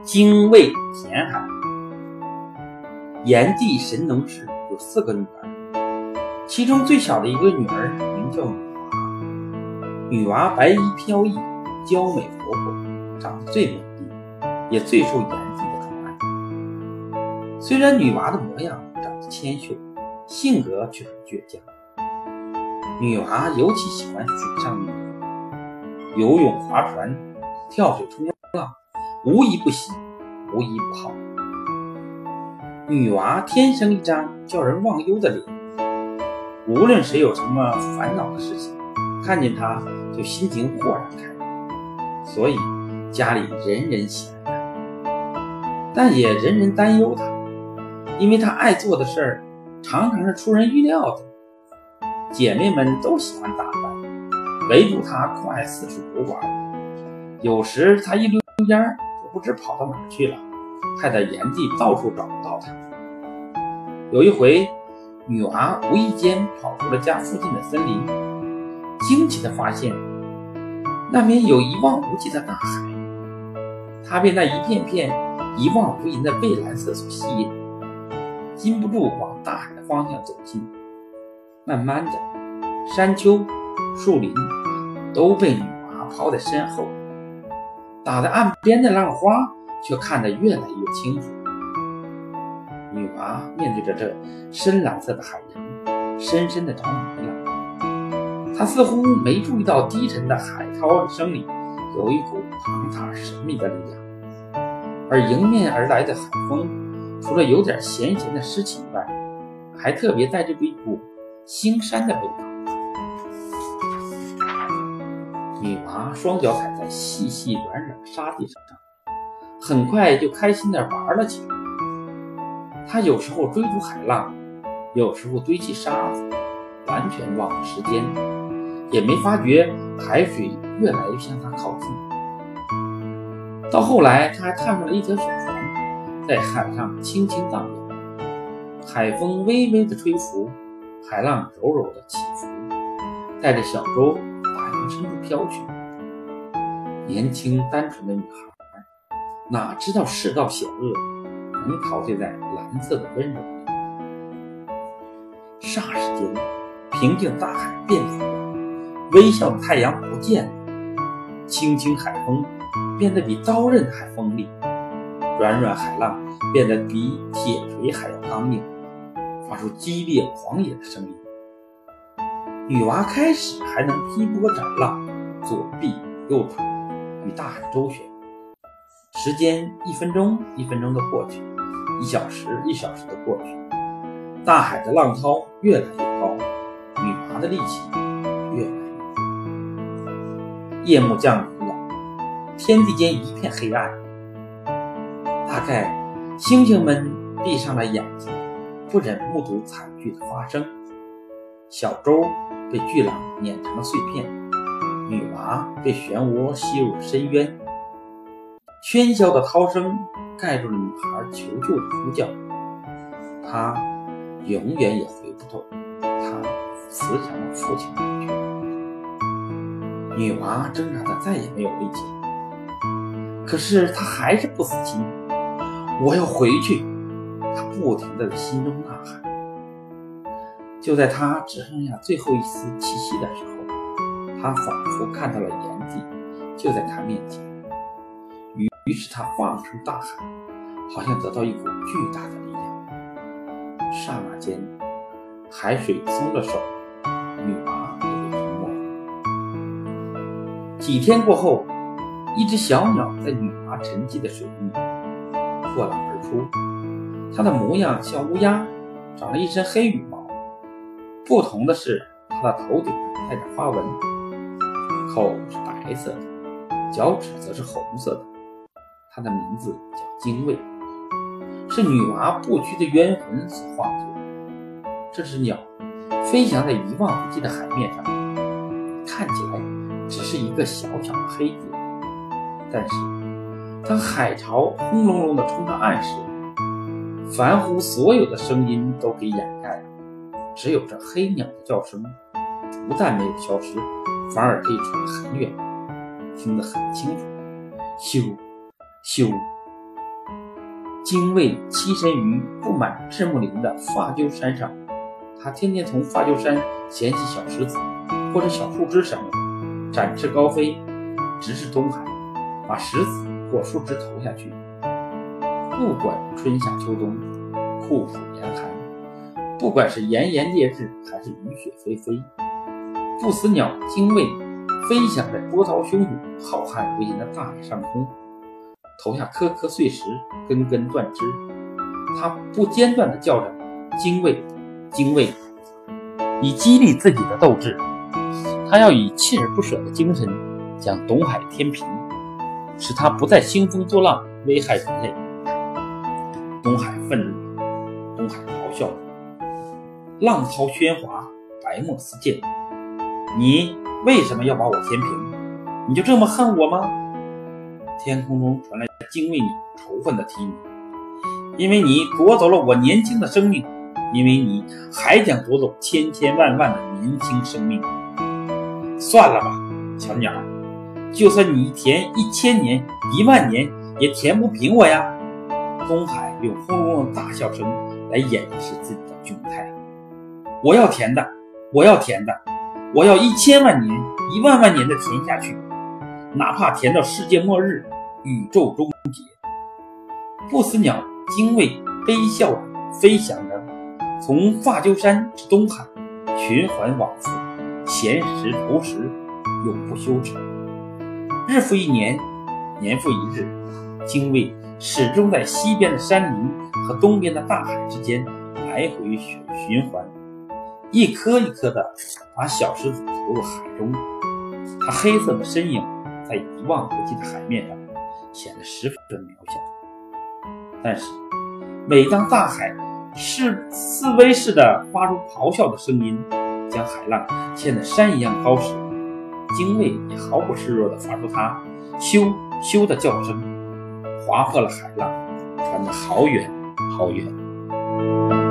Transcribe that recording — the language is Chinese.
精卫填海。炎帝神农氏有4个女儿，其中最小的一个女儿名叫女娃。女娃白衣飘逸，娇美活泼，长得最美丽，也最受炎帝的宠爱。虽然女娃的模样长得谦逊，性格却很倔强。女娃尤其喜欢水上运动，游泳、划船、跳水、冲浪，无一不喜，无一不好。女娃天生一张叫人忘忧的脸，无论谁有什么烦恼的事情，看见她就心情豁然开朗，所以家里人人喜爱她，但也人人担忧她，因为她爱做的事儿常常是出人预料的。姐妹们都喜欢打扮，唯独她酷爱四处游玩，有时她一溜烟就不知跑到哪儿去了，害得炎帝到处找不到她。有一回，女娃无意间跑出了家附近的森林，惊奇地发现那边有一望无际的大海，她被那一片片一望无垠的蔚蓝色所吸引，禁不住往大海的方向走近。慢慢的，山丘、树林都被女娃抛在身后，打在岸边的浪花却看得越来越清楚。女娃面对着这深蓝色的海洋，深深的着迷了。她似乎没注意到低沉的海涛声里有一股庞大神秘的力量，而迎面而来的海风，除了有点咸咸的湿气外，还特别带着一股腥膻的味道。女娃双脚踩在细细软软的沙地上，很快就开心地玩了起来。她有时候追逐海浪，有时候堆起沙子，完全忘了时间，也没发觉海水越来越向她靠近。到后来，她还踏上了一条小船，在海上轻轻荡漾，海风微微的吹拂，海浪柔柔的起伏，带着小舟大洋深处飘去。年轻单纯的女孩哪知道世道险恶，能陶醉在蓝色的温柔里。霎时间，平静的大海变凉了，微笑的太阳不见了，轻轻海风变得比刀刃还锋利，软软海浪变得比铁锤还要刚硬，发出激烈狂野的声音。女娃开始还能劈波斩浪，左避右挡，与大海周旋。时间1分钟1分钟的过去，1小时1小时的过去，大海的浪涛越来越高，女娃的力气越来越弱。夜幕降临了，天地间一片黑暗，大概星星们闭上了眼睛，不忍目睹惨剧的发生。小舟被巨浪碾成了碎片，女娃被漩涡吸入了深渊。喧嚣的涛声盖住了女孩求救的呼叫，她永远也回不动她慈祥的父亲那去。女娃挣扎的再也没有力气，可是她还是不死心，我要回去。她不停地在心中呐喊。就在她只剩下最后一丝气息的时候，她仿佛看到了炎帝就在她面前，于是她放声大喊，好像得到一股巨大的力量。刹那间，海水松了手，女娃也被沉没了。几天过后，一只小鸟在女娃沉寂的水域破浪而出，它的模样像乌鸦，长了一身黑羽毛。不同的是，它的头顶带着花纹，口是白色的，脚趾则是红色的。它的名字叫精卫，是女娃不屈的冤魂所化作。这只鸟飞翔在一望无际的海面上，看起来只是一个小小的黑点，但是当海潮轰隆隆地冲上岸时，凡乎所有的声音都给掩盖了，只有这黑鸟的叫声不但没有消失，反而可以传得很远，听得很清楚。咻咻精卫栖身于布满智木林的发鸠山上，他天天从发鸠山捡起小石子或者小树枝什么的，展翅高飞，直至东海，把石子或树枝投下去。不管春夏秋冬，酷暑严寒，不管是炎炎烈日还是雨雪霏霏，不死鸟精卫飞翔在波涛汹涌、浩瀚无垠的大海上空，投下颗颗碎石，根根断枝。他不间断地叫着精卫，精卫，以激励自己的斗志。他要以锲而不舍的精神将东海填平，使他不再兴风作浪，危害人类。东海愤怒，东海咆哮，浪涛喧哗，白沫四溅。你为什么要把我填平？你就这么恨我吗？天空中传来精卫鸟仇恨的啼鸣。因为你夺走了我年轻的生命，因为你还将夺走千千万万的年轻生命。算了吧，小鸟，就算你填1000年、10000年，也填不平我呀！东海用轰隆隆的大笑声来掩饰自己的窘态。我要填的，我要填的，我要1000万年、10000万年的填下去，哪怕填到世界末日、宇宙终结。不死鸟精卫悲笑着飞翔着，从发鸠山至东海，循环往复，衔石投石，永不休止。日复一年，年复一日，精卫始终在西边的山林和东边的大海之间来回循环，一颗一颗地把小石子投入海中。它黑色的身影在一望无际的海面上显得十分渺小。但是每当大海似威似的发出咆哮的声音，将海浪掀得山一样高时，精卫也毫不示弱地发出它咻咻的叫声，划破了海浪，传得好远好远。